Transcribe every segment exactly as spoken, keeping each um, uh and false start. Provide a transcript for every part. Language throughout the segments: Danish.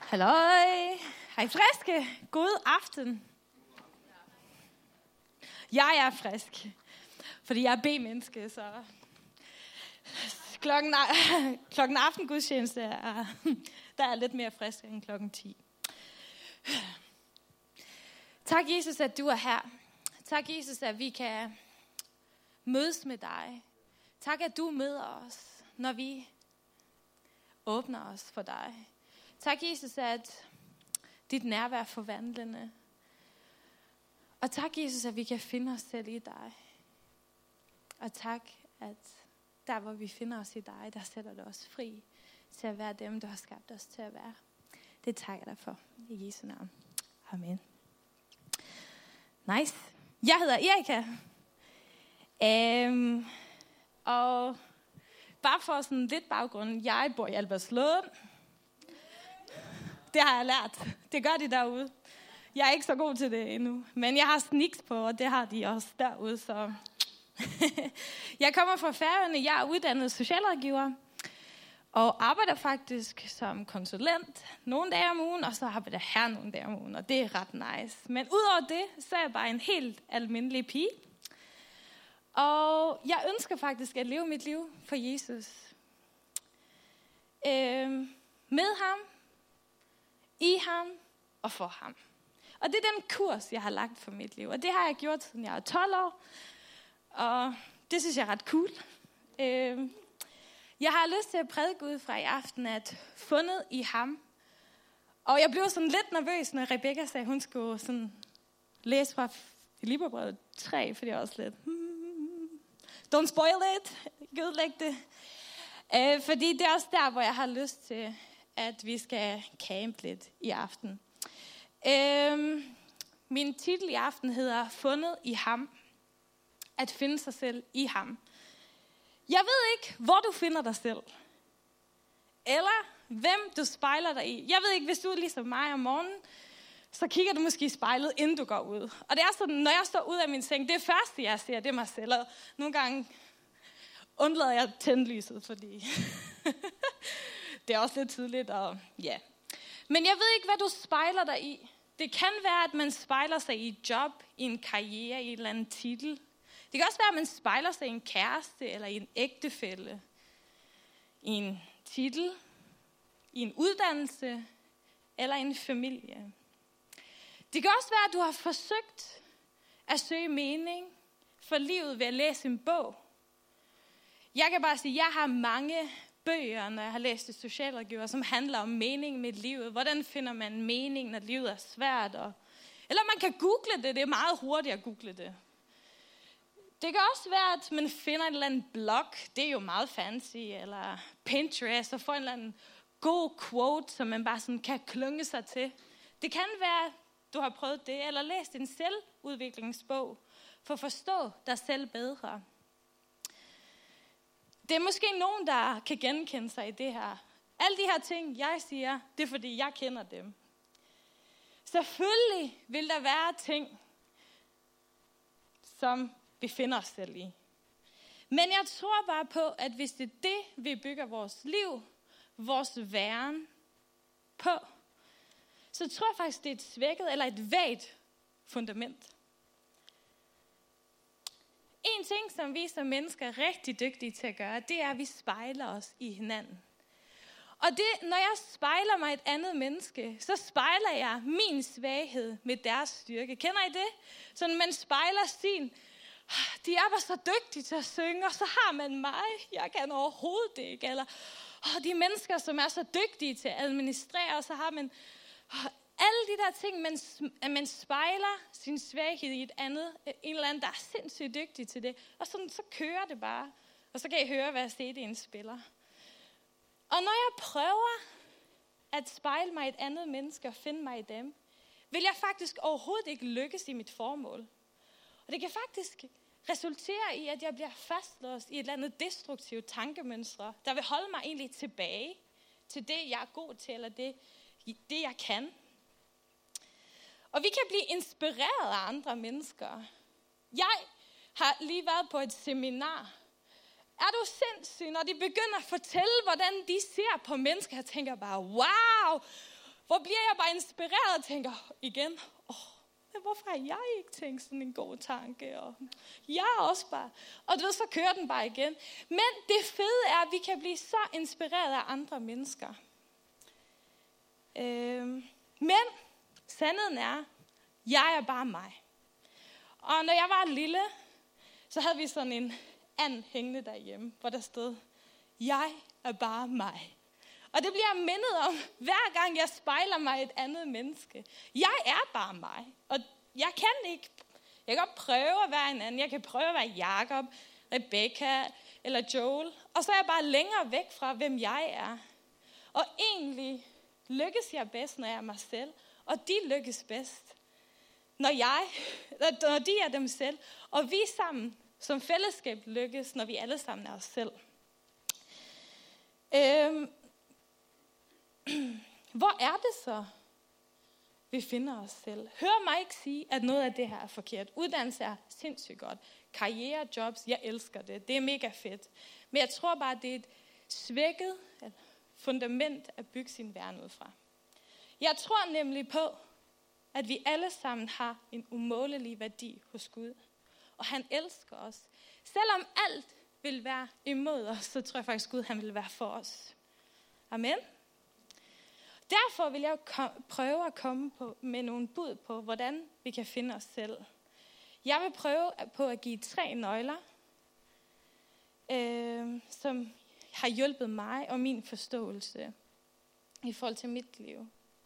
Halløj. Hej friske. God aften. Jeg er frisk, fordi jeg er B-menneske, så klokken, klokken aftengudstjeneste er, der er lidt mere frisk end klokken ti. Tak Jesus, at du er her. Tak Jesus, at vi kan mødes med dig. Tak, at du møder os, når vi åbner os for dig. Tak Jesus, at dit nærvær er forvandlende. Og tak Jesus, at vi kan finde os selv i dig. Og tak, at der hvor vi finder os i dig, der sætter du os fri til at være dem, du har skabt os til at være. Det takker jeg dig for i Jesu navn. Amen. Nice. Jeg hedder Erika. Um, og bare for sådan lidt baggrund, jeg bor i Albertslund. Det har jeg lært. Det gør de derude. Jeg er ikke så god til det endnu. Men jeg har sneaks på, og det har de også derude. Så jeg kommer fra Færøerne. Jeg er uddannet socialrådgiver. Og arbejder faktisk som konsulent nogle dage om ugen. Og så arbejder jeg her nogle dage om ugen. Og det er ret nice. Men udover det, så er jeg bare en helt almindelig pige. Og jeg ønsker faktisk at leve mit liv for Jesus. Øh, med ham. I ham og for ham. Og det er den kurs, jeg har lagt for mit liv. Og det har jeg gjort, siden jeg er tolv år. Og det synes jeg er ret cool. Øh, jeg har lyst til at prædike ud fra i aften, at fundet i ham. Og jeg blev sådan lidt nervøs, når Rebecca sagde, at hun skulle sådan læse fra Filipperbrevet tre, for det er også lidt, hmm, don't spoil it, ikke ødelægge det. Øh, fordi det er også der, hvor jeg har lyst til, at vi skal campe lidt i aften. Øhm, min titel i aften hedder Fundet i ham. At finde sig selv i ham. Jeg ved ikke, hvor du finder dig selv. Eller hvem du spejler dig i. Jeg ved ikke, hvis du er ligesom mig om morgenen, så kigger du måske i spejlet, inden du går ud. Og det er sådan, når jeg står ud af min seng, det første, jeg ser, det er mig selv. Og nogle gange undlader jeg at tænde lyset, fordi det er også lidt tidligt, og ja. Men jeg ved ikke, hvad du spejler dig i. Det kan være, at man spejler sig i et job, i en karriere, i en eller anden titel. Det kan også være, at man spejler sig i en kæreste, eller i en ægtefælle. I en titel, i en uddannelse, eller i en familie. Det kan også være, at du har forsøgt at søge mening for livet ved at læse en bog. Jeg kan bare sige, at jeg har mange bøger, når jeg har læst det socialrådgiver, som handler om mening med livet. Hvordan finder man mening, når livet er svært? Og eller man kan google det. Det er meget hurtigt at google det. Det kan også være, at man finder en eller anden blog. Det er jo meget fancy. Eller Pinterest. Og får en eller anden god quote, som man bare sådan kan klynge sig til. Det kan være, at du har prøvet det. Eller læst en selvudviklingsbog. For at forstå dig selv bedre. Det er måske nogen, der kan genkende sig i det her. Alle de her ting, jeg siger, det er fordi, jeg kender dem. Selvfølgelig vil der være ting, som vi finder os selv i. Men jeg tror bare på, at hvis det er det, vi bygger vores liv, vores væren på, så tror jeg faktisk, det er et svækket eller et vagt fundament. En ting, som vi som mennesker er rigtig dygtige til at gøre, det er, at vi spejler os i hinanden. Og det, når jeg spejler mig et andet menneske, så spejler jeg min svaghed med deres styrke. Kender I det? Så når man spejler sin, de er bare så dygtige til at synge, og så har man mig, jeg kan overhovedet ikke. Eller oh, de mennesker, som er så dygtige til at administrere, og så har man oh, alle de der ting, man, at man spejler sin svaghed i et andet, en eller anden, der er sindssygt dygtig til det. Og sådan, så kører det bare. Og så kan I høre, hvad C D'en spiller. Og når jeg prøver at spejle mig i et andet menneske og finde mig i dem, vil jeg faktisk overhovedet ikke lykkes i mit formål. Og det kan faktisk resultere i, at jeg bliver fastlåst i et eller andet destruktivt tankemønstre, der vil holde mig egentlig tilbage til det, jeg er god til, eller det, det jeg kan. Og vi kan blive inspireret af andre mennesker. Jeg har lige været på et seminar. Er du sindssyg, når de begynder at fortælle, hvordan de ser på mennesker? Jeg tænker bare, wow, Hvor bliver jeg bare inspireret og tænker igen, åh, men hvorfor har jeg ikke tænkt sådan en god tanke? Og jeg er også bare. Og du ved, så kører den bare igen. Men det fede er, at vi kan blive så inspireret af andre mennesker. Øhm, men sandheden er, jeg er bare mig. Og når jeg var lille, så havde vi sådan en and hængende derhjemme, hvor der stod, jeg er bare mig. Og det bliver jeg mindet om, hver gang jeg spejler mig et andet menneske. Jeg er bare mig, og jeg kan ikke, jeg kan godt prøve at være en anden. Jeg kan prøve at være Jacob, Rebecca eller Joel, og så er jeg bare længere væk fra, hvem jeg er. Og egentlig lykkes jeg bedst, når jeg er mig selv, og de lykkes bedst, når jeg, når de er dem selv, og vi sammen som fællesskab lykkes, når vi alle sammen er os selv. Øhm, Hvor er det så, vi finder os selv? Hør mig ikke sige, at noget af det her er forkert. Uddannelse er sindssygt godt. Karriere, jobs, jeg elsker det. Det er mega fedt. Men jeg tror bare, det er et svækket fundament at bygge sin verden ud fra. Jeg tror nemlig på, at vi alle sammen har en umålelig værdi hos Gud. Og han elsker os. Selvom alt vil være imod os, så tror jeg faktisk, at Gud han vil være for os. Amen. Derfor vil jeg prøve at komme på, med nogle bud på, hvordan vi kan finde os selv. Jeg vil prøve på at give tre nøgler, øh, som har hjulpet mig og min forståelse i forhold til mit liv.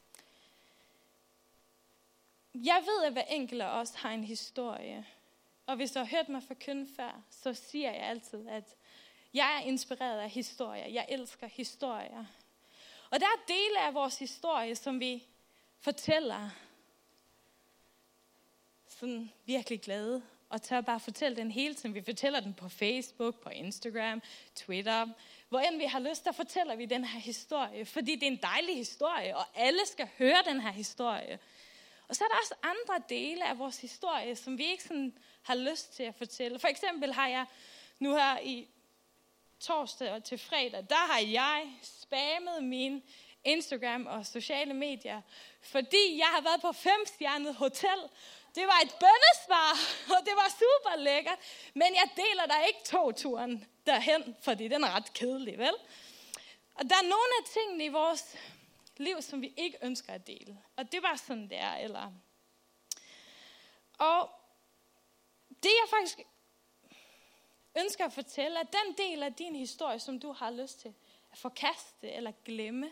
Jeg ved, at hver enkelt af os har en historie. Og hvis du har hørt mig forkynde før, så siger jeg altid, at jeg er inspireret af historier. Jeg elsker historier. Og der er dele af vores historie, som vi fortæller sådan virkelig glade. Og tør bare fortælle den hele tiden. Vi fortæller den på Facebook, på Instagram, Twitter. Hvor end vi har lyst, der fortæller vi den her historie. Fordi det er en dejlig historie, og alle skal høre den her historie. Og så er der også andre dele af vores historie, som vi ikke sådan har lyst til at fortælle. For eksempel har jeg nu her i torsdag og til fredag, der har jeg spammet min Instagram og sociale medier, fordi jeg har været på femstjernet hotel. Det var et bønnesvar, og det var super lækkert, men jeg deler der ikke togturen derhen, fordi den er ret kedelig, vel? Og der er nogle af tingene i vores liv, som vi ikke ønsker at dele. Og det var sådan der, eller... Og det jeg faktisk ønsker at fortælle, at den del af din historie, som du har lyst til at forkaste eller glemme,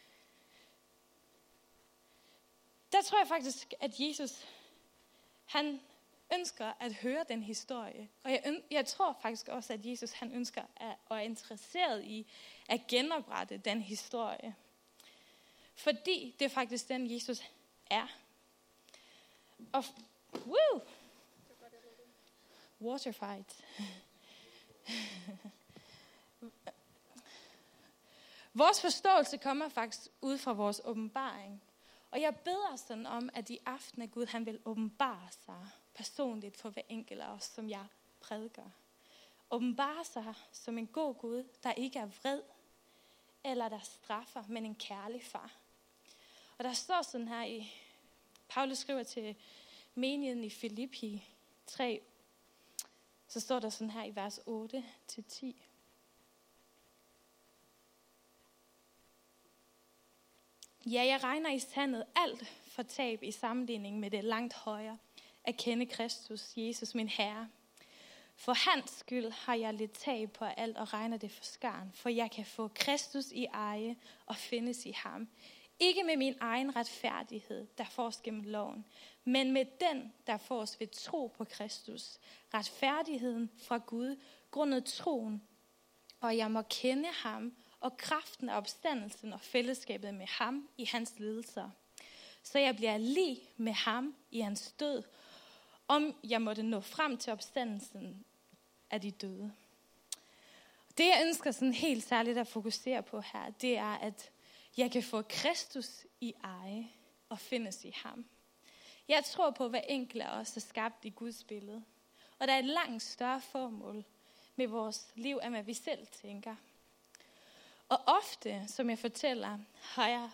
der tror jeg faktisk, at Jesus, han ønsker at høre den historie. Og jeg, jeg tror faktisk også, at Jesus, han ønsker at, og er interesseret i at genoprette den historie. Fordi det er faktisk den, Jesus er. Og, woo! Waterfight. Vores forståelse kommer faktisk ud fra vores åbenbaring. Og jeg beder sådan om, at i aften at Gud, han vil åbenbare sig personligt for hver enkelt af os, som jeg prædiker. Åbenbare sig som en god Gud, der ikke er vred, eller der straffer, men en kærlig far. Og der står sådan her i, Paulus skriver til menigheden i Filippi tre, så står der sådan her i vers otte til ti. Ja, jeg regner i sandet alt for tab i sammenligning med det langt højere at kende Kristus, Jesus, min Herre. For hans skyld har jeg lidt tab på alt og regner det for skarn, for jeg kan få Kristus i eje og findes i ham. Ikke med min egen retfærdighed, der fås gennem loven, men med den, der fås ved tro på Kristus. Retfærdigheden fra Gud, grundet troen, og jeg må kende ham og kraften af opstandelsen og fællesskabet med ham i hans lidelser. Så jeg bliver lig med ham i hans død, om jeg måtte nå frem til opstandelsen af de døde. Det jeg ønsker sådan helt særligt at fokusere på her, det er, at jeg kan få Kristus i eje og findes i ham. Jeg tror på, at hver enkelt af os er skabt i Guds billede. Og der er et langt større formål med vores liv, end hvad vi selv tænker. Og ofte, som jeg fortæller, har jeg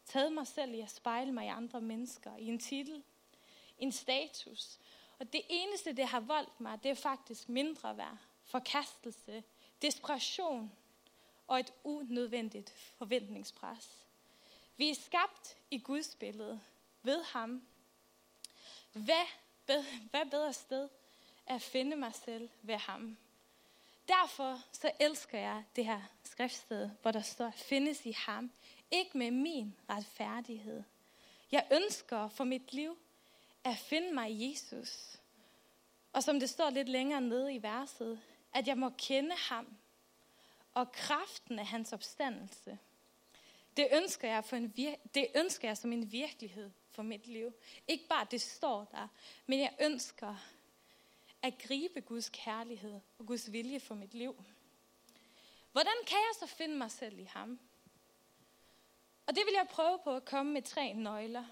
taget mig selv i at spejle mig i andre mennesker, i en titel, en status. Og det eneste, det har voldt mig, det er faktisk mindre værd, forkastelse, desperation og et unødvendigt forventningspres. Vi er skabt i Guds billede ved ham. Hvad, bed, hvad bedre sted at finde mig selv ved ham? Derfor så elsker jeg det her skriftsted, hvor der står, findes i ham, ikke med min retfærdighed. Jeg ønsker for mit liv at finde mig i Jesus. Og som det står lidt længere nede i verset, at jeg må kende ham og kraften af hans opstandelse. Det ønsker jeg, for en vir- det ønsker jeg som en virkelighed for mit liv. Ikke bare det står der, men jeg ønsker at gribe Guds kærlighed og Guds vilje for mit liv. Hvordan kan jeg så finde mig selv i ham? Og det vil jeg prøve på at komme med tre nøgler.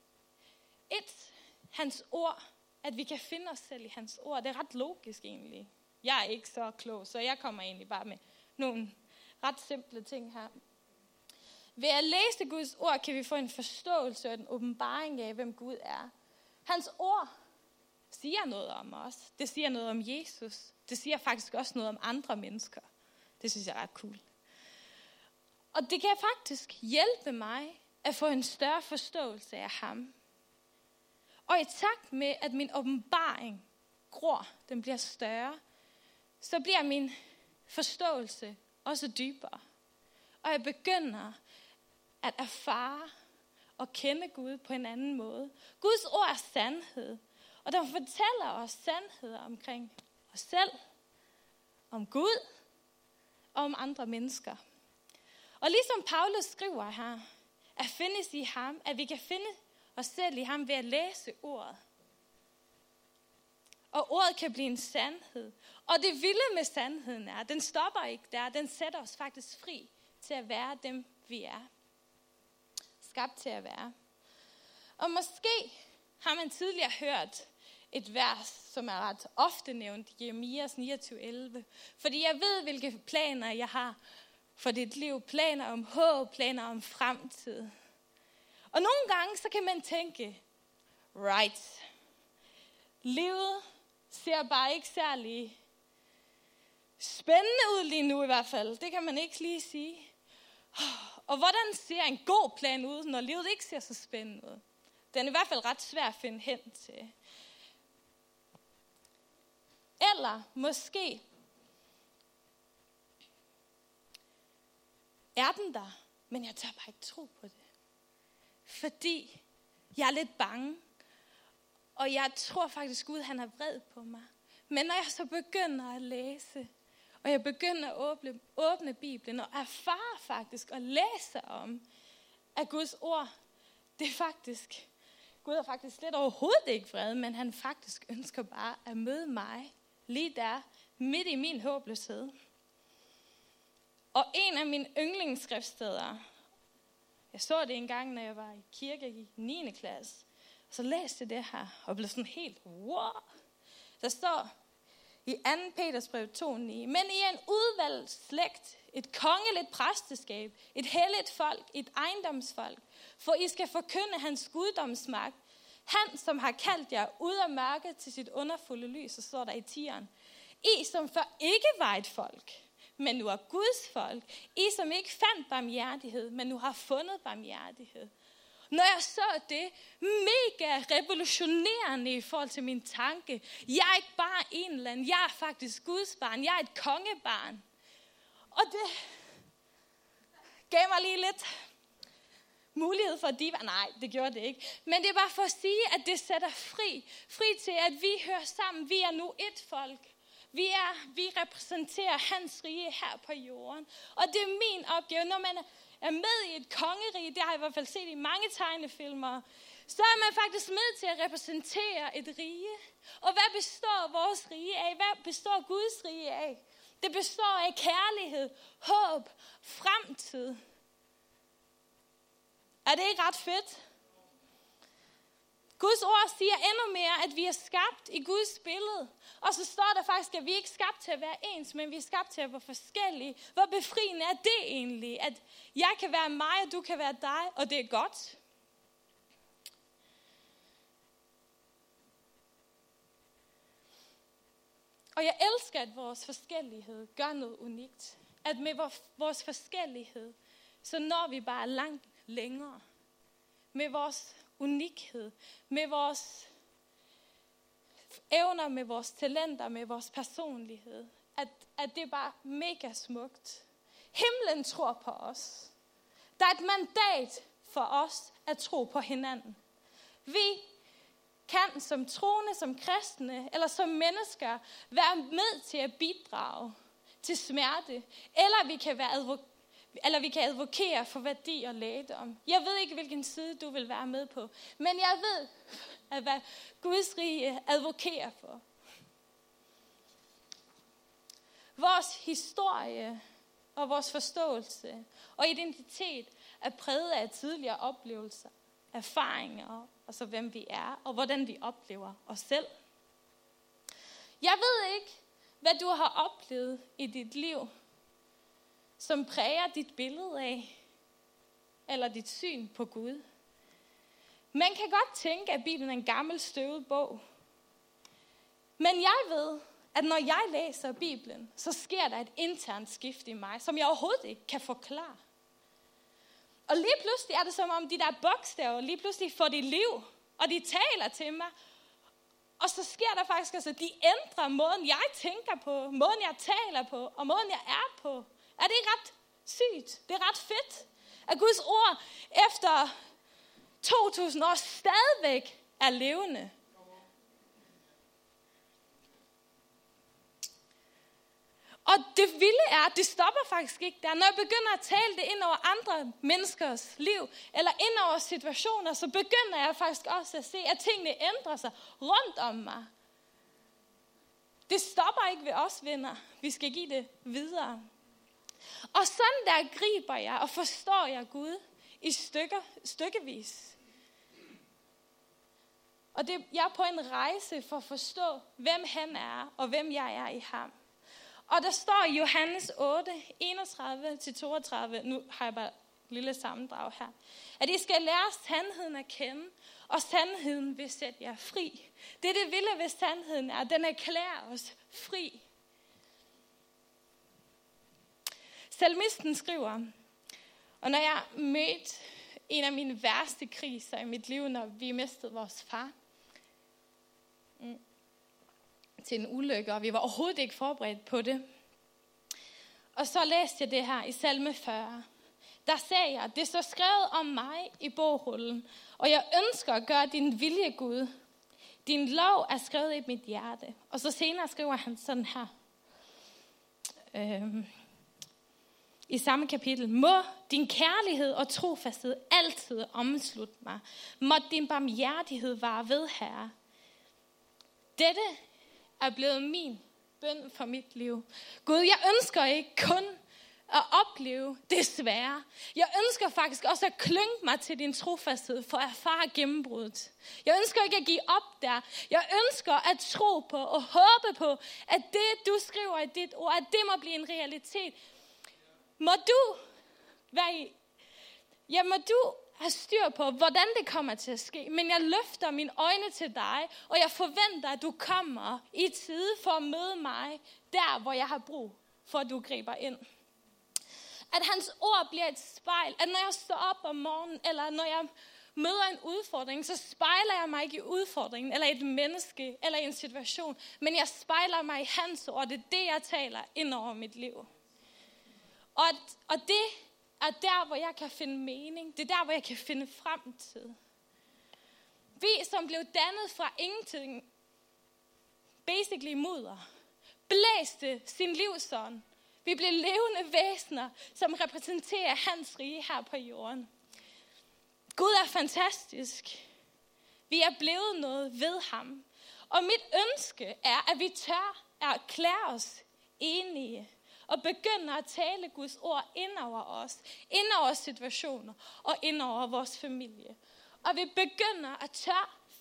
Et, hans ord, at vi kan finde os selv i hans ord. Det er ret logisk egentlig. Jeg er ikke så klog, så jeg kommer egentlig bare med nogle ret simple ting her. Ved at læse Guds ord, kan vi få en forståelse og en åbenbaring af, hvem Gud er. Hans ord siger noget om os. Det siger noget om Jesus. Det siger faktisk også noget om andre mennesker. Det synes jeg er ret cool. Og det kan faktisk hjælpe mig at få en større forståelse af ham. Og i takt med, at min åbenbaring gror, den bliver større, så bliver min forståelse også dybere. Og jeg begynder at erfare og kende Gud på en anden måde. Guds ord er sandhed, og der fortæller os sandheder omkring os selv, om Gud og om andre mennesker. Og ligesom Paulus skriver her, at findes i ham, at vi kan finde os selv i ham ved at læse ordet. Og ordet kan blive en sandhed. Og det vilde med sandheden er, den stopper ikke der, den sætter os faktisk fri til at være dem, vi er. Skabt til at være. Og måske har man tidligere hørt et vers, som er ret ofte nævnt, Jeremias niogtyve elleve. Fordi jeg ved, hvilke planer jeg har for dit liv. Planer om håb, planer om fremtid. Og nogle gange, så kan man tænke, right, livet ser bare ikke særlig spændende ud lige nu i hvert fald. Det kan man ikke lige sige. Og hvordan ser en god plan ud, når livet ikke ser så spændende ud? Den er i hvert fald ret svær at finde hen til. Eller måske er den der, men jeg tør bare ikke tro på det. Fordi jeg er lidt bange. Og jeg tror faktisk, Gud han er vred på mig. Men når jeg så begynder at læse, og jeg begynder at åbne, åbne Bibelen, og erfare faktisk, og læse om, at Guds ord, det er faktisk, Gud er faktisk lidt overhovedet ikke vred, men han faktisk ønsker bare at møde mig, lige der, midt i min håbløshed. Og en af mine yndlingsskriftsteder, jeg så det en gang, når jeg var i kirke i niende klasse, og så læste jeg det her, og blev sådan helt, wow. Der står i anden Peters brev to ni, men I er en udvalgt slægt, et kongeligt præsteskab, et helligt folk, et ejendomsfolk, for I skal forkynde hans guddomsmagt. Han, som har kaldt jer ud af mørket til sit underfulde lys, så står der i tieren. I, som før ikke var et folk, men nu er Guds folk. I, som ikke fandt barmhjertighed, men nu har fundet barmhjertighed. Når jeg så det, mega revolutionerende i forhold til min tanke. Jeg er ikke bare en eller anden, jeg er faktisk Guds barn. Jeg er et kongebarn. Og det gav mig lige lidt mulighed for, at de var, nej, det gjorde det ikke. Men det er bare for at sige, at det sætter fri. Fri til, at vi hører sammen. Vi er nu et folk. Vi, er, vi repræsenterer hans rige her på jorden. Og det er min opgave, når man er med i et kongerige, det har jeg i hvert fald set i mange tegnefilmer, så er man faktisk med til at repræsentere et rige. Og hvad består vores rige af? Hvad består Guds rige af? Det består af kærlighed, håb, fremtid. Er det ikke ret fedt? Guds ord siger endnu mere, at vi er skabt i Guds billede. Og så står der faktisk, at vi ikke er skabt til at være ens, men vi er skabt til at være forskellige. Hvor befriende er det egentlig? At jeg kan være mig, og du kan være dig, og det er godt. Og jeg elsker, at vores forskellighed gør noget unikt. At med vores forskellighed, så når vi bare langt længere. Med vores unikhed, med vores evner, med vores talenter, med vores personlighed. At, at det er bare mega smukt. Himlen tror på os. Der er et mandat for os at tro på hinanden. Vi kan som troende, som kristne eller som mennesker være med til at bidrage til smerte. Eller vi kan være advokater. Eller vi kan advokere for værdi og lægedom. Jeg ved ikke, hvilken side du vil være med på. Men jeg ved, at hvad Guds rige advokerer for. Vores historie og vores forståelse og identitet er præget af tidligere oplevelser, erfaringer, og så hvem vi er, og hvordan vi oplever os selv. Jeg ved ikke, hvad du har oplevet i dit liv, som præger dit billede af, eller dit syn på Gud. Man kan godt tænke, at Bibelen er en gammel støvet bog. Men jeg ved, at når jeg læser Bibelen, så sker der et internt skift i mig, som jeg overhovedet ikke kan forklare. Og lige pludselig er det som om de der bogstaver, lige pludselig får de liv, og de taler til mig. Og så sker der faktisk, altså, at de ændrer måden, jeg tænker på, måden, jeg taler på, og måden, jeg er på. Er det ikke ret sygt? Det er ret fedt, at Guds ord efter to tusind år stadigvæk er levende. Og det vilde er, at det stopper faktisk ikke der. Når jeg begynder at tale det ind over andre menneskers liv, eller ind over situationer, så begynder jeg faktisk også at se, at tingene ændrer sig rundt om mig. Det stopper ikke ved os, venner. Vi skal give det videre. Og sådan der griber jeg og forstår jeg Gud i stykker, stykkevis. Og det, jeg er på en rejse for at forstå, hvem han er og hvem jeg er i ham. Og der står i Johannes otte, enogtredive til toogtredive, nu har jeg bare et lille sammendrag her, at I skal lære sandheden at kende, og sandheden vil sætte jer fri. Det er det vilde ved sandheden er, at den erklærer os fri. Salmisten skriver, og når jeg mødte en af mine værste kriser i mit liv, når vi mistede vores far mm, til en ulykke, og vi var overhovedet ikke forberedt på det. Og så læste jeg det her i salme fyrre. Der sagde jeg, det står skrevet om mig i bogrullen, og jeg ønsker at gøre din vilje, Gud. Din lov er skrevet i mit hjerte. Og så senere skriver han sådan her. Øhm, I samme kapitel. Må din kærlighed og trofasthed altid omslutte mig. Må din barmhjertighed vare ved, Herre. Dette er blevet min bøn for mit liv. Gud, jeg ønsker ikke kun at opleve det svære. Jeg ønsker faktisk også at klynge mig til din trofasthed for at erfare gennembruddet. Jeg ønsker ikke at give op der. Jeg ønsker at tro på og håbe på, at det, du skriver i dit ord, at det må blive en realitet. Må du være i, ja, må du have styr på, hvordan det kommer til at ske. Men jeg løfter mine øjne til dig, og jeg forventer, at du kommer i tide for at møde mig, der hvor jeg har brug for, at du griber ind. At hans ord bliver et spejl, at når jeg står op om morgenen, eller når jeg møder en udfordring, så spejler jeg mig ikke i udfordringen, eller i et menneske, eller i en situation, men jeg spejler mig i hans ord. Det er det, jeg taler ind over mit liv. Og, og det er der, hvor jeg kan finde mening. Det er der, hvor jeg kan finde fremtid. Vi, som blev dannet fra ingenting, basically mudder, blæste sin livsånd. Vi blev levende væsener, som repræsenterer hans rige her på jorden. Gud er fantastisk. Vi er blevet noget ved ham. Og mit ønske er, at vi tør at erklære os enige. Og begynder at tale Guds ord ind over os, ind over situationer og ind over vores familie. Og vi begynder at tør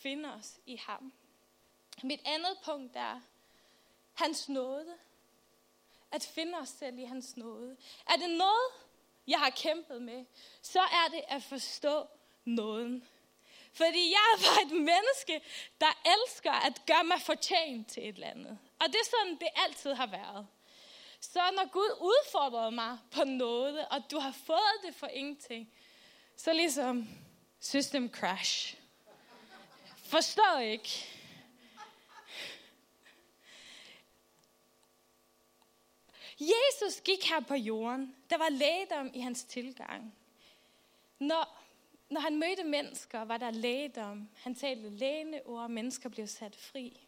finde os i ham. Mit andet punkt er hans nåde. At finde os selv i hans nåde. Er det noget, jeg har kæmpet med, så er det at forstå nåden. Fordi jeg er bare et menneske, der elsker at gøre mig fortjent til et eller andet. Og det er sådan, det altid har været. Så når Gud udfordrede mig på noget, og du har fået det for ingenting, så ligesom system crash. Forstår ikke. Jesus gik her på jorden. Der var lægedom i hans tilgang. Når, når han mødte mennesker, var der lægedom. Han talte lægende ord, og mennesker blev sat fri.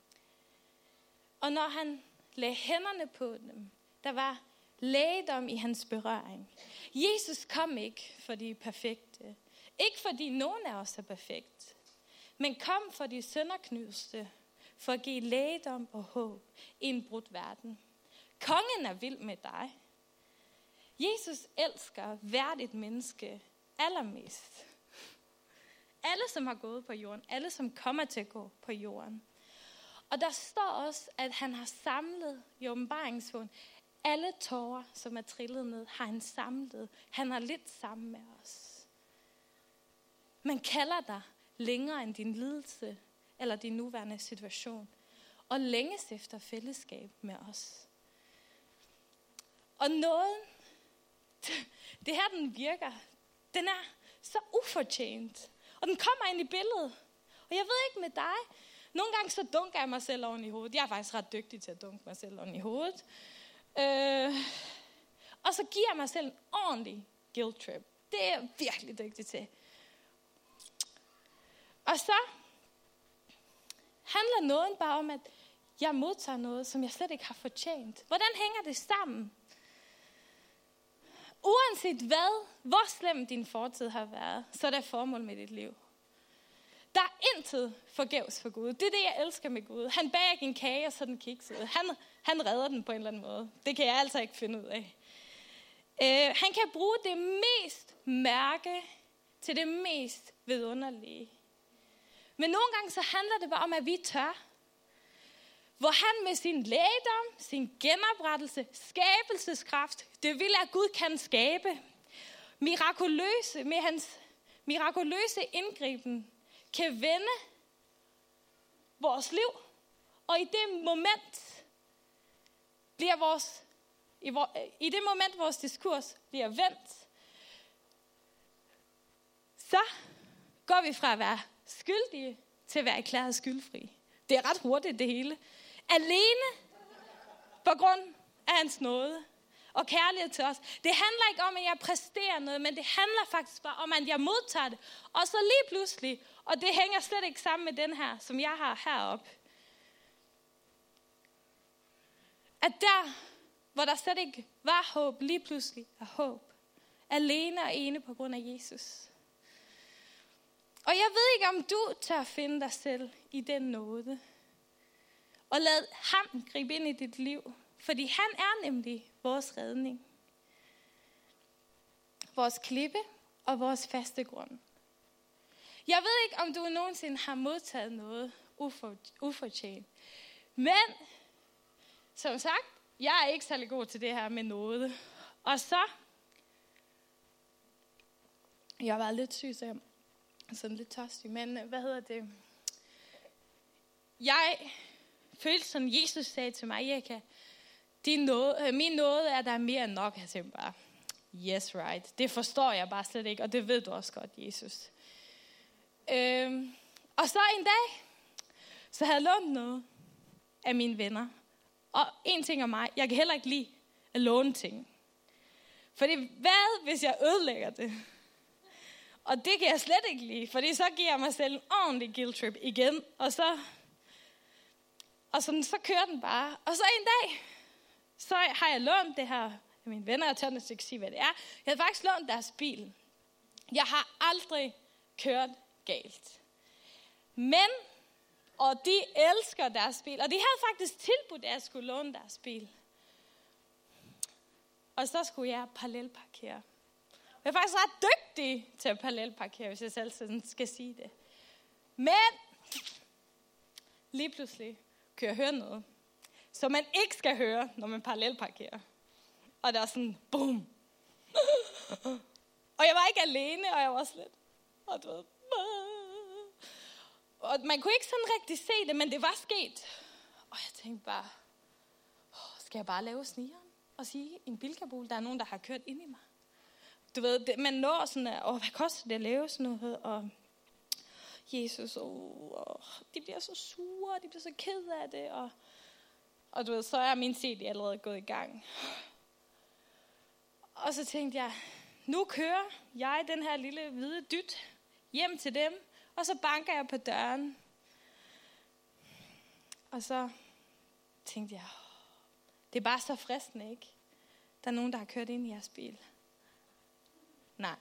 Og når han lagde hænderne på dem, der var lægedom i hans berøring. Jesus kom ikke for de perfekte. Ikke fordi nogen af os er perfekt. Men kom for de sønderknuste, for at give lægedom og håb i en brudt verden. Kongen er vild med dig. Jesus elsker hvert et menneske allermest. Alle, som har gået på jorden. Alle, som kommer til at gå på jorden. Og der står også, at han har samlet i åbenbaringsbogen. Alle tårer, som er trillet ned, har han samlet. Han har lidt sammen med os. Man kalder dig længere end din lidelse eller din nuværende situation. Og længes efter fællesskab med os. Og nåden, det her den virker, den er så ufortjent. Og den kommer ind i billedet. Og jeg ved ikke med dig, nogle gange så dunker jeg mig selv oven i hovedet. Jeg er faktisk ret dygtig til at dunke mig selv oven i hovedet. Øh, og så giver jeg mig selv en ordentlig guilt trip. Det er jeg virkelig dygtig til. Og så handler nåden bare om, at jeg modtager noget, som jeg slet ikke har fortjent. Hvordan hænger det sammen? Uanset hvad, hvor slem din fortid har været, så er der formål med dit liv. Der er intet forgæves for Gud. Det er det, jeg elsker med Gud. Han bager en kage, og så den kikset. Han, han redder den på en eller anden måde. Det kan jeg altså ikke finde ud af. Uh, han kan bruge det mest mærke til det mest vidunderlige. Men nogle gange så handler det bare om, at vi tør. Hvor han med sin lægedom, sin genoprettelse, skabelseskraft, det vil at Gud kan skabe, mirakuløse, med hans mirakuløse indgriben, kan vende vores liv. Og i det moment bliver vores, i, vor, i det moment vores diskurs bliver vendt, så går vi fra at være skyldige til at være erklæret skyldfri. Det er ret hurtigt det hele. Alene på grund af hans nåde og kærlighed til os. Det handler ikke om, at jeg præsterer noget, men det handler faktisk bare om, at jeg modtager det. Og så lige pludselig, og det hænger slet ikke sammen med den her, som jeg har heroppe. At der, hvor der slet ikke var håb, lige pludselig er håb. Alene og ene på grund af Jesus. Og jeg ved ikke, om du tør finde dig selv i den nåde. Og lad ham gribe ind i dit liv. Fordi han er nemlig vores redning. Vores klippe og vores faste grund. Jeg ved ikke, om du nogensinde har modtaget noget ufor, ufortjent. Men, som sagt, jeg er ikke særlig god til det her med nåde. Og så, jeg har været lidt syg, så jeg er sådan lidt tørstig. Men hvad hedder det? Jeg følte sådan, Jesus sagde til mig, Erika, din nåde, min nåde er der mere end nok. Jeg tænkte bare, yes right. Det forstår jeg bare slet ikke, og det ved du også godt, Jesus. Øhm, og så en dag, så havde jeg lånt noget af mine venner. Og en ting om mig, jeg kan heller ikke lide at låne ting. Fordi hvad, hvis jeg ødelægger det? Og det kan jeg slet ikke lide, fordi så giver jeg mig selv en ordentlig guilt trip igen. Og så, og sådan, så kører den bare. Og så en dag, så har jeg lånt det her af mine venner. Jeg tør næsten ikke sige, hvad det er. Jeg har faktisk lånt deres bil. Jeg har aldrig kørt galt. Men, og de elsker deres bil. Og de havde faktisk tilbudt, at jeg skulle låne deres bil. Og så skulle jeg parallelparkere. Jeg er faktisk ret dygtig til at parallelparkere, hvis jeg selv skal sige det. Men lige pludselig kunne jeg høre noget, som man ikke skal høre, når man parallelparkerer. Og der er sådan, boom. Og jeg var ikke alene, og jeg var også lidt, og du ved, og man kunne ikke sådan rigtig se det, men det var sket. Og jeg tænkte bare, skal jeg bare lave snigeren og sige en bilkabul, der er nogen, der har kørt ind i mig. Du ved, det, man når sådan, åh, hvad koster det at lave sådan noget, og Jesus, åh, åh, de bliver så sure, de bliver så ked af det, og, og du ved, så er min C D allerede gået i gang. Og så tænkte jeg, nu kører jeg den her lille hvide dyt hjem til dem, og så banker jeg på døren. Og så tænkte jeg, det er bare så fristende, ikke? Der er nogen, der har kørt ind i jeres bil. Nej.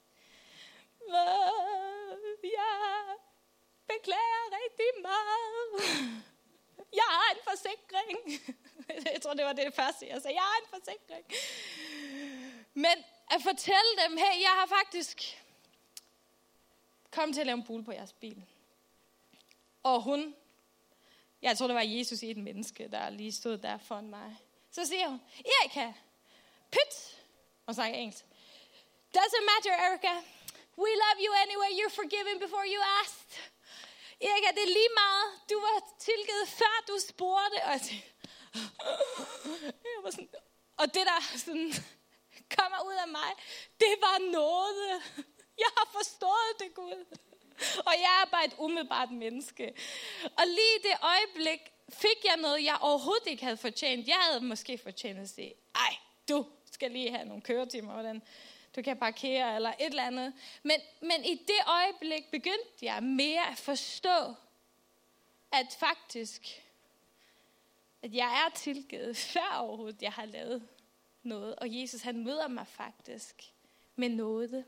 Jeg beklager rigtig meget. Jeg har en forsikring. Jeg tror, det var det første, jeg sagde. Jeg har en forsikring. Men at fortælle dem, hey, jeg har faktisk kommet til at lave en bule på jeres bil. Og hun, jeg tror, det var Jesus i et menneske, der lige stod der foran mig. Så siger hun, Erika, pyt, og snakker engelsk. Doesn't matter, Erika. We love you anyway. You're forgiven before you asked. Erika, det er lige meget. Du var tilgivet, før du spurgte. Og jeg, tænkte, jeg var sådan, og det der sådan kommer ud af mig, det var noget. Jeg har forstået det, Gud. Og jeg er bare et umiddelbart menneske. Og lige i det øjeblik fik jeg noget, jeg overhovedet ikke havde fortjent. Jeg havde måske fortjent at sige, ej, du skal lige have nogle køretimer, hvordan du kan parkere eller et eller andet. Men, men i det øjeblik begyndte jeg mere at forstå, at faktisk, at jeg er tilgivet, før overhovedet jeg har lavet noget. Og Jesus, han møder mig faktisk med noget.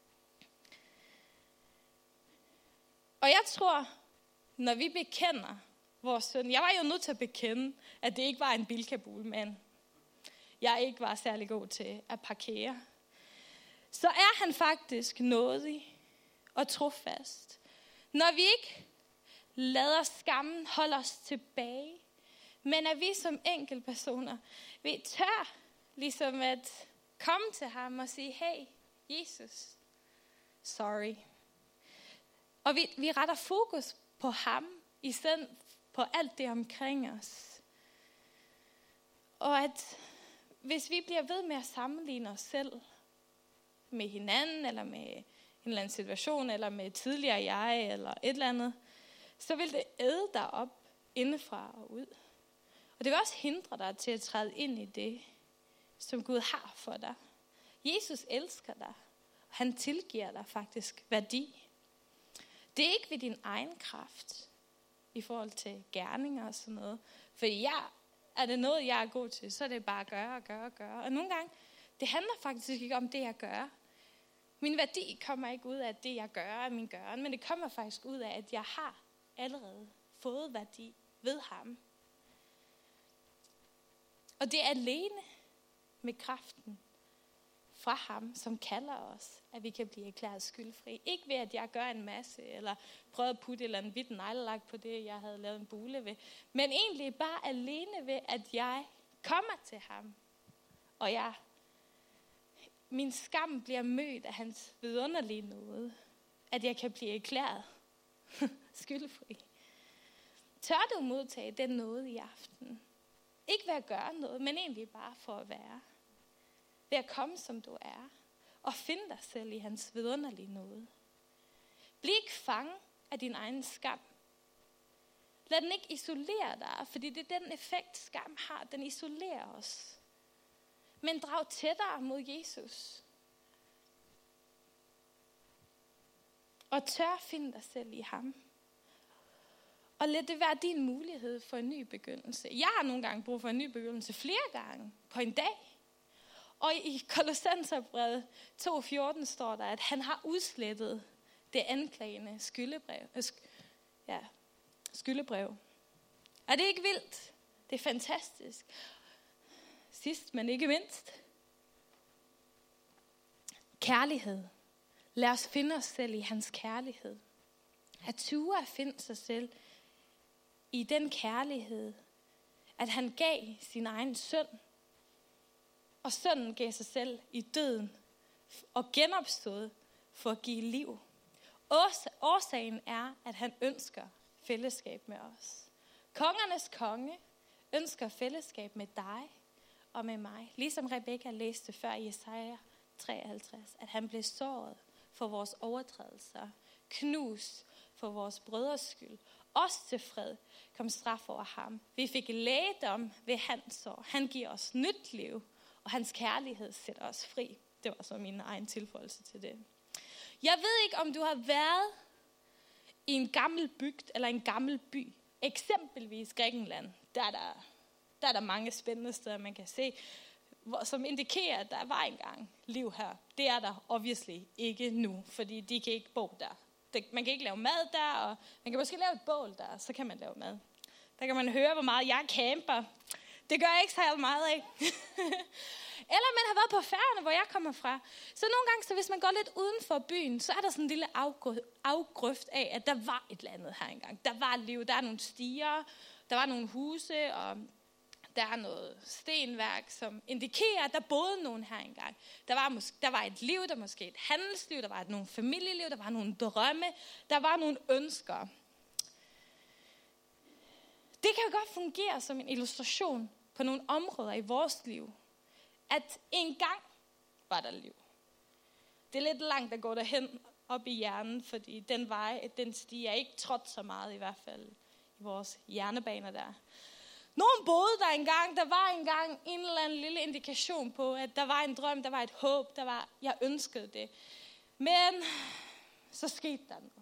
Og jeg tror, når vi bekender vores synd, jeg var jo nødt til at bekende, at det ikke var en bilkabul, men jeg ikke var særlig god til at parkere. Så er han faktisk nådig og trofast. Når vi ikke lader skammen holde os tilbage, men at vi som enkeltpersoner, vi tør ligesom at komme til ham og sige, hey, Jesus, sorry. Og vi, vi retter fokus på ham, i stedet på alt det omkring os. Og at hvis vi bliver ved med at sammenligne os selv med hinanden, eller med en eller anden situation, eller med tidligere jeg, eller et eller andet, så vil det æde dig op indefra og ud. Og det vil også hindre dig til at træde ind i det, som Gud har for dig. Jesus elsker dig. Han tilgiver dig faktisk værdi. Det er ikke ved din egen kraft i forhold til gerninger og sådan noget. For jeg, er det noget, jeg er god til, så er det bare at gøre og gøre og gøre. Og nogle gange, det handler faktisk ikke om det, jeg gør. Min værdi kommer ikke ud af det, jeg gør af min gøren, men det kommer faktisk ud af, at jeg har allerede fået værdi ved ham. Og det er alene med kraften fra ham, som kalder os, at vi kan blive erklæret skyldfri. Ikke ved, at jeg gør en masse, eller prøver at putte et eller andet hvidt neglelak på det, jeg havde lavet en bule ved. Men egentlig bare alene ved, at jeg kommer til ham. Og jeg, min skam bliver mødt af hans vidunderlige nåde. At jeg kan blive erklæret skyldfri. Tør du modtage den nåde i aften? Ikke ved at gøre noget, men egentlig bare for at være. Ved at komme, som du er. Og finde dig selv i hans vidunderlige nåde. Bliv ikke fanget af din egen skam. Lad den ikke isolere dig, fordi det er den effekt, skam har. Den isolerer os. Men drag tættere mod Jesus. Og tør finde dig selv i ham. Og lad det være din mulighed for en ny begyndelse. Jeg har nogle gange brug for en ny begyndelse flere gange på en dag. Og i Kolossenserbrevet to fjorten står der, at han har udslettet det anklagende skyldebrev. Øh, sk- ja, skyldebrev. Er det ikke vildt? Det er fantastisk. Sidst, men ikke mindst. Kærlighed. Lad os finde os selv i hans kærlighed. At ture at finde sig selv i den kærlighed, at han gav sin egen søn, og sønnen gav sig selv i døden og genopstod for at give liv. Årsagen er, at han ønsker fællesskab med os. Kongernes konge ønsker fællesskab med dig og med mig. Ligesom Rebekka læste før i Jesaja treoghalvtreds, at han blev såret for vores overtrædelser, knust for vores brødres skyld. Os til fred kom straf over ham. Vi fik lægedom ved hans sår. Han giver os nyt liv, og hans kærlighed sætter os fri. Det var så min egen tilføjelse til det. Jeg ved ikke, om du har været i en gammel bygd eller en gammel by. Eksempelvis Grækenland. Der er der, der, er der mange spændende steder, man kan se, hvor, som indikerer, at der var engang liv her. Det er der obviously ikke nu, fordi de kan ikke bo der. Det, man kan ikke lave mad der, og man kan måske lave et bål der, så kan man lave mad. Der kan man høre, hvor meget jeg camper. Det gør jeg ikke så meget af. Eller man har været på Færøerne, hvor jeg kommer fra. Så nogle gange, så hvis man går lidt uden for byen, så er der sådan en lille afgrøft af, at der var et eller andet her engang. Der var liv, der er nogle stiger, der var nogle huse, og der er noget stenværk, som indikerer, at der boede nogen her engang. Der var, mås- der var et liv, der måske et handelsliv, der var nogle familieliv, der var nogle drømme, der var nogle ønsker. Det kan jo godt fungere som en illustration på nogle områder i vores liv, at engang var der liv. Det er lidt langt at gå derhen op i hjernen, fordi den vej, den stiger ikke trådt så meget i hvert fald i vores hjernebaner der. Nogen boede der engang, der var engang en eller anden lille indikation på, at der var en drøm, der var et håb, der var, jeg ønskede det. Men så skete der noget.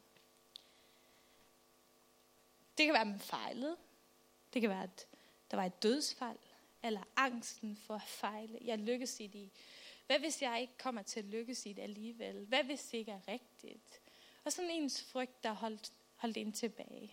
Det kan være, at man fejlede. Det kan være, at der var et dødsfald, eller angsten for at fejle. Jeg lykkes i det. Hvad hvis jeg ikke kommer til at lykkes i det alligevel? Hvad hvis det ikke er rigtigt? Og sådan ens frygt, der holdt, holdt en tilbage.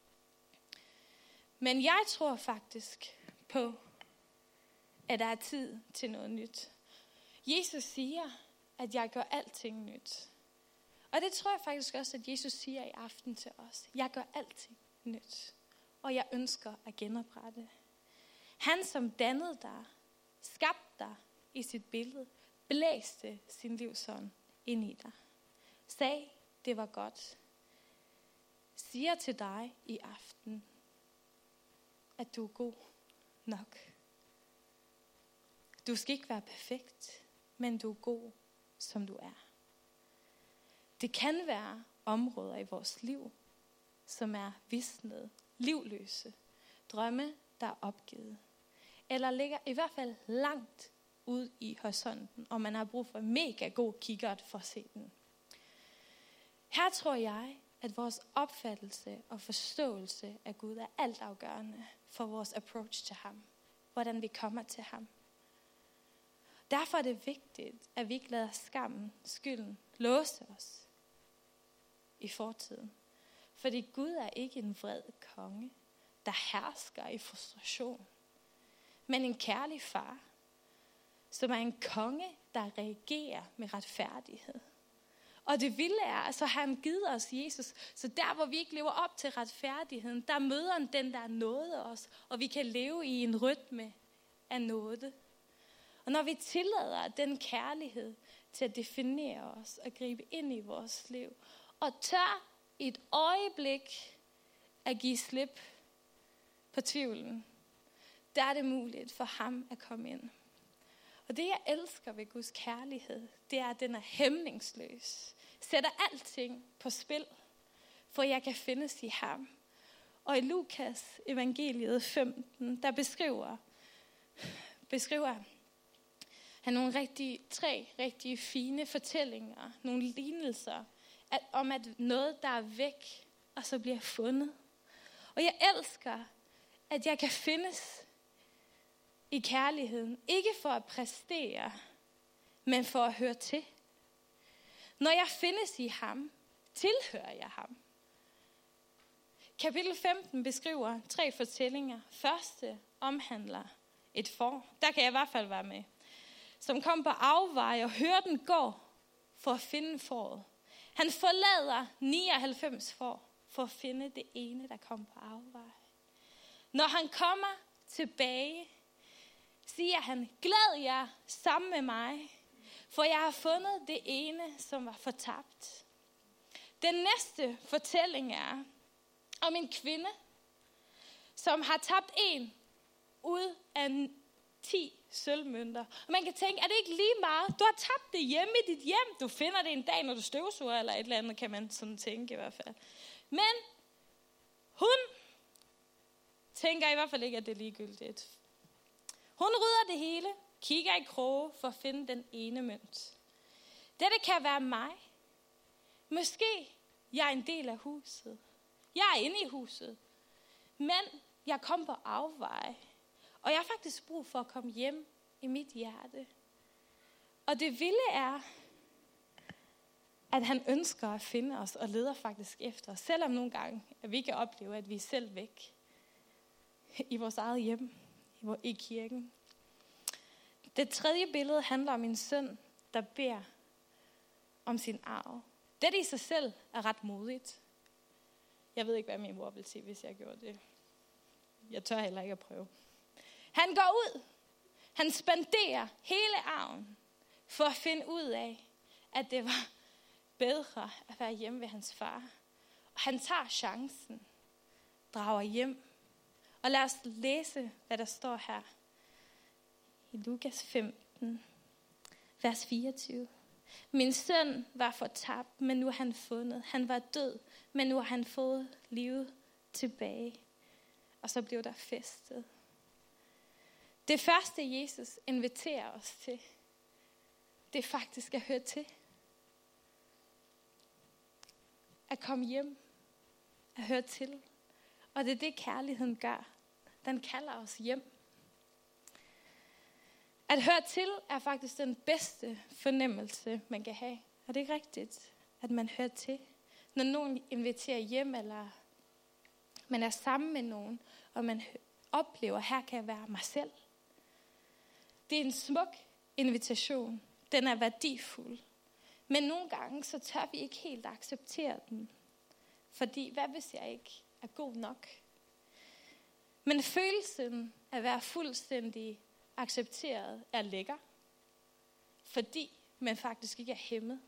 Men jeg tror faktisk på, at der er tid til noget nyt. Jesus siger, at jeg gør alting nyt. Og det tror jeg faktisk også, at Jesus siger i aften til os. Jeg gør alting nyt. Og jeg ønsker at genoprette. Han, som dannede dig, skabte dig i sit billede, blæste sin livsånd ind i dig. Sagde, det var godt. Siger til dig i aften, at du er god nok. Du skal ikke være perfekt, men du er god, som du er. Det kan være områder i vores liv, som er visnet, livløse, drømme, der er opgivet. Eller ligger i hvert fald langt ud i horisonten, og man har brug for mega god kikkert for at se den. Her tror jeg, at vores opfattelse og forståelse af Gud er altafgørende for vores approach til ham. Hvordan vi kommer til ham. Derfor er det vigtigt, at vi ikke lader skammen, skylden, låse os i fortiden. Fordi Gud er ikke en vred konge, der hersker i frustration. Men en kærlig far, som er en konge, der reagerer med retfærdighed. Og det vilde er, at så har han givet os Jesus. Så der, hvor vi ikke lever op til retfærdigheden, der møder han den, der nåede os. Og vi kan leve i en rytme af nåde. Og når vi tillader den kærlighed til at definere os og gribe ind i vores liv, og tør i et øjeblik at give slip på tvivlen, der er det muligt for ham at komme ind. Og det, jeg elsker ved Guds kærlighed, det er, at den er hæmningsløs. Sætter alting på spil, for jeg kan findes i ham. Og i Lukas evangeliet femten, der beskriver, beskriver han nogle rigtig, tre rigtig fine fortællinger, nogle lignelser, at, om at noget, der er væk, og så bliver fundet. Og jeg elsker, at jeg kan findes i kærligheden, ikke for at præstere, men for at høre til. Når jeg findes i ham, tilhører jeg ham. Kapitel femten beskriver tre fortællinger. Første omhandler et får. Der kan jeg i hvert fald være med. Som kom på afveje og hører den gå for at finde fåret. Han forlader nioghalvfems får for at finde det ene, der kom på afveje. Når han kommer tilbage, siger han, glæd jer sammen med mig, for jeg har fundet det ene, som var fortabt. Den næste fortælling er om en kvinde, som har tabt en ud af ti sølvmønter. Og man kan tænke, er det ikke lige meget? Du har tabt det hjemme i dit hjem. Du finder det en dag, når du støvsuger, eller et eller andet, kan man sådan tænke i hvert fald. Men hun tænker i hvert fald ikke, at det er ligegyldigt. Hun rydder det hele, kigger i kroge for at finde den ene mønt. Dette kan være mig. Måske jeg er en del af huset. Jeg er inde i huset. Men jeg kom på afveje. Og jeg har faktisk brug for at komme hjem i mit hjerte. Og det vilde er, at han ønsker at finde os og leder faktisk efter os. Selvom nogle gange, at vi kan opleve, at vi er selv væk i vores eget hjem, i kirken. Det tredje billede handler om en søn, der beder om sin arv. Dette i sig selv er ret modigt. Jeg ved ikke, hvad min mor ville sige, hvis jeg gjorde det. Jeg tør heller ikke at prøve. Han går ud. Han spanderer hele arven for at finde ud af, at det var bedre at være hjemme ved hans far. Og han tager chancen, drager hjem. Og lad os læse, hvad der står her i Lukas femten, vers fireogtyve. Min søn var fortabt, men nu er han fundet. Han var død, men nu har han fået livet tilbage. Og så blev der festet. Det første, Jesus inviterer os til, det er faktisk at høre til. At komme hjem. At høre til. Og det er det, kærligheden gør. Den kalder os hjem. At høre til er faktisk den bedste fornemmelse, man kan have. Er det ikke rigtigt, at man hører til? Når nogen inviterer hjem, eller man er sammen med nogen, og man oplever, at her kan jeg være mig selv. Det er en smuk invitation. Den er værdifuld. Men nogle gange, så tør vi ikke helt acceptere den. Fordi, hvad hvis jeg ikke er god nok? Men følelsen af at være fuldstændig accepteret er lækker. Fordi man faktisk ikke er hæmmet.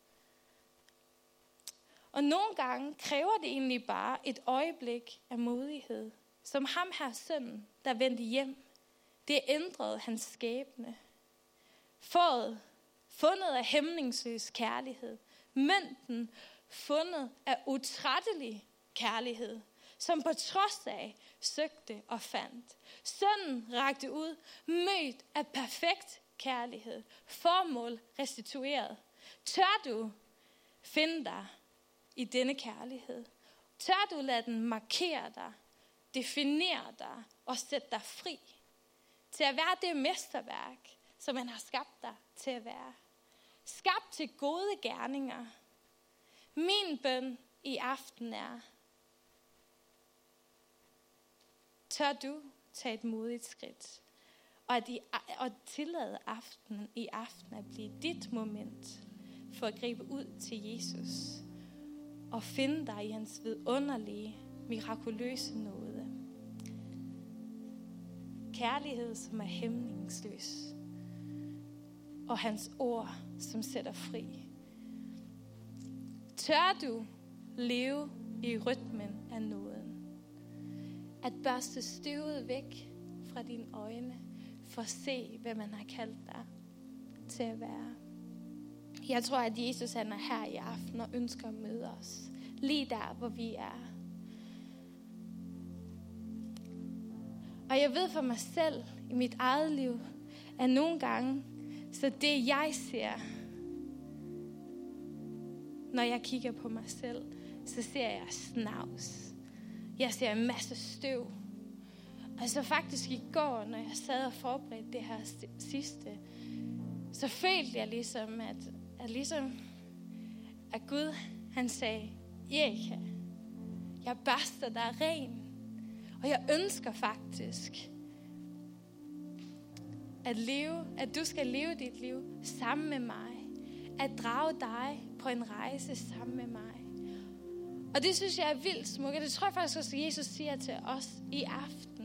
Og nogle gange kræver det egentlig bare et øjeblik af modighed. Som ham her sønnen, der vendte hjem. Det ændrede hans skæbne. Fået, fundet af hæmningsløs kærlighed. Mønten fundet af utrættelig kærlighed. Som på trods af søgte og fandt. Sønnen rakte ud, mødt af perfekt kærlighed. Formål restitueret. Tør du finde dig i denne kærlighed? Tør du lade den markere dig, definere dig og sætte dig fri? Til at være det mesterværk, som man har skabt dig til at være. Skabt til gode gerninger. Min bøn i aften er, tør du tage et modigt skridt, og, at I, og tillade aftenen i aften at blive dit moment for at gribe ud til Jesus og finde dig i hans vidunderlige, mirakuløse nåde. Kærlighed, som er hæmningsløs, og hans ord, som sætter fri. Tør du leve i rytmen af nåden? At børste støvet væk fra dine øjne, for at se, hvad man har kaldt dig til at være. Jeg tror, at Jesus han er her i aften og ønsker at møde os. Lige der, hvor vi er. Og jeg ved for mig selv, i mit eget liv, at nogle gange, så det jeg ser, når jeg kigger på mig selv, så ser jeg snavs. Jeg ser en masse støv. Og så faktisk i går, når jeg sad og forberedte det her sidste, så følte jeg ligesom, at, at, ligesom, at Gud, han sagde, Erika, jeg børster dig ren. Og jeg ønsker faktisk, at, leve, at du skal leve dit liv sammen med mig. At drage dig på en rejse sammen med mig. Og det synes jeg er vildt smukt. Og det tror jeg faktisk også, at Jesus siger til os i aften.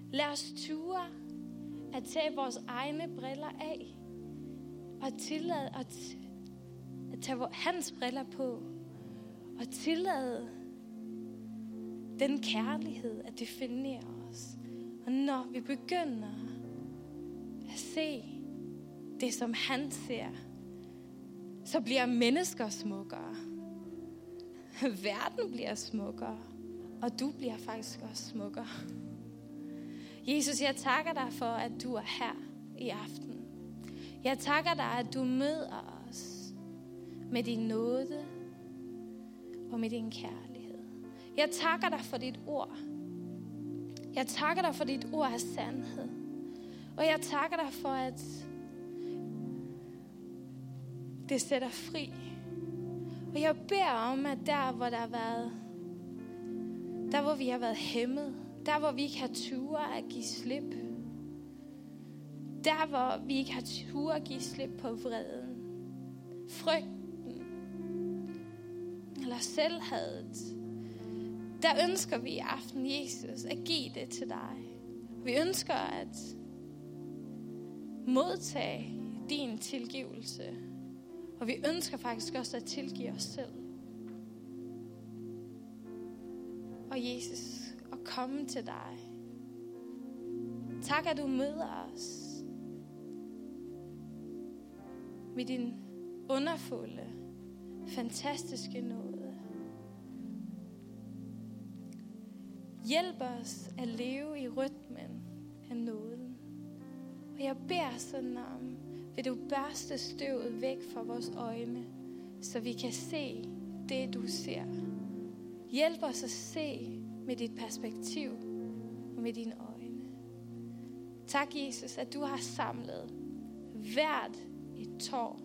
Lad os ture at tage vores egne briller af, og tillade at, at tage hans briller på, og tillade den kærlighed at definere os. Og når vi begynder at se det, som han ser, så bliver mennesker smukkere. Verden bliver smukkere, og du bliver faktisk også smukkere. Jesus, jeg takker dig for, at du er her i aften. Jeg takker dig, at du møder os med din nåde og med din kærlighed. Jeg takker dig for dit ord. Jeg takker dig for dit ord af sandhed. Og jeg takker dig for, at det sætter fri. Og jeg beder om, at der, hvor der har været, der hvor vi har været hæmmet, der hvor vi ikke har ture at give slip, der hvor vi ikke har ture at give slip på vreden, frygten eller selvhadet, der ønsker vi i aften, Jesus, at give det til dig. Vi ønsker at modtage din tilgivelse. Og vi ønsker faktisk også at tilgive os selv. Og Jesus, at komme til dig. Tak, at du møder os med din underfulde, fantastiske nåde. Hjælp os at leve i rytmen af nåden. Og jeg beder sådan om, vil du børste støvet væk fra vores øjne, så vi kan se det, du ser. Hjælp os at se med dit perspektiv og med dine øjne. Tak, Jesus, at du har samlet hvert et tår.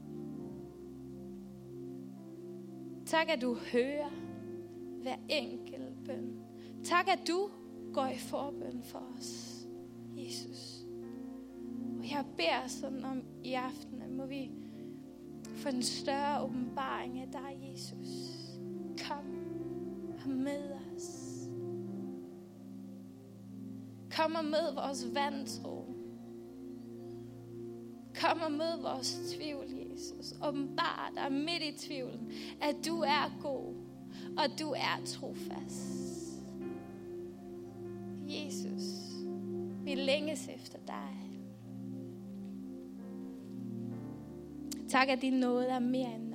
Tak, at du hører hver enkelt bøn. Tak, at du går i forbøn for os, Jesus. Og jeg beder sådan om i aften, at må vi få en større åbenbaring af dig, Jesus. Kom og mød os. Kom og mød vores vantro. Kom og mød vores tvivl, Jesus. Åbenbar dig midt i tvivlen, at du er god, og du er trofast. Jesus, vi længes efter dig. Tak, at din nåde er mere end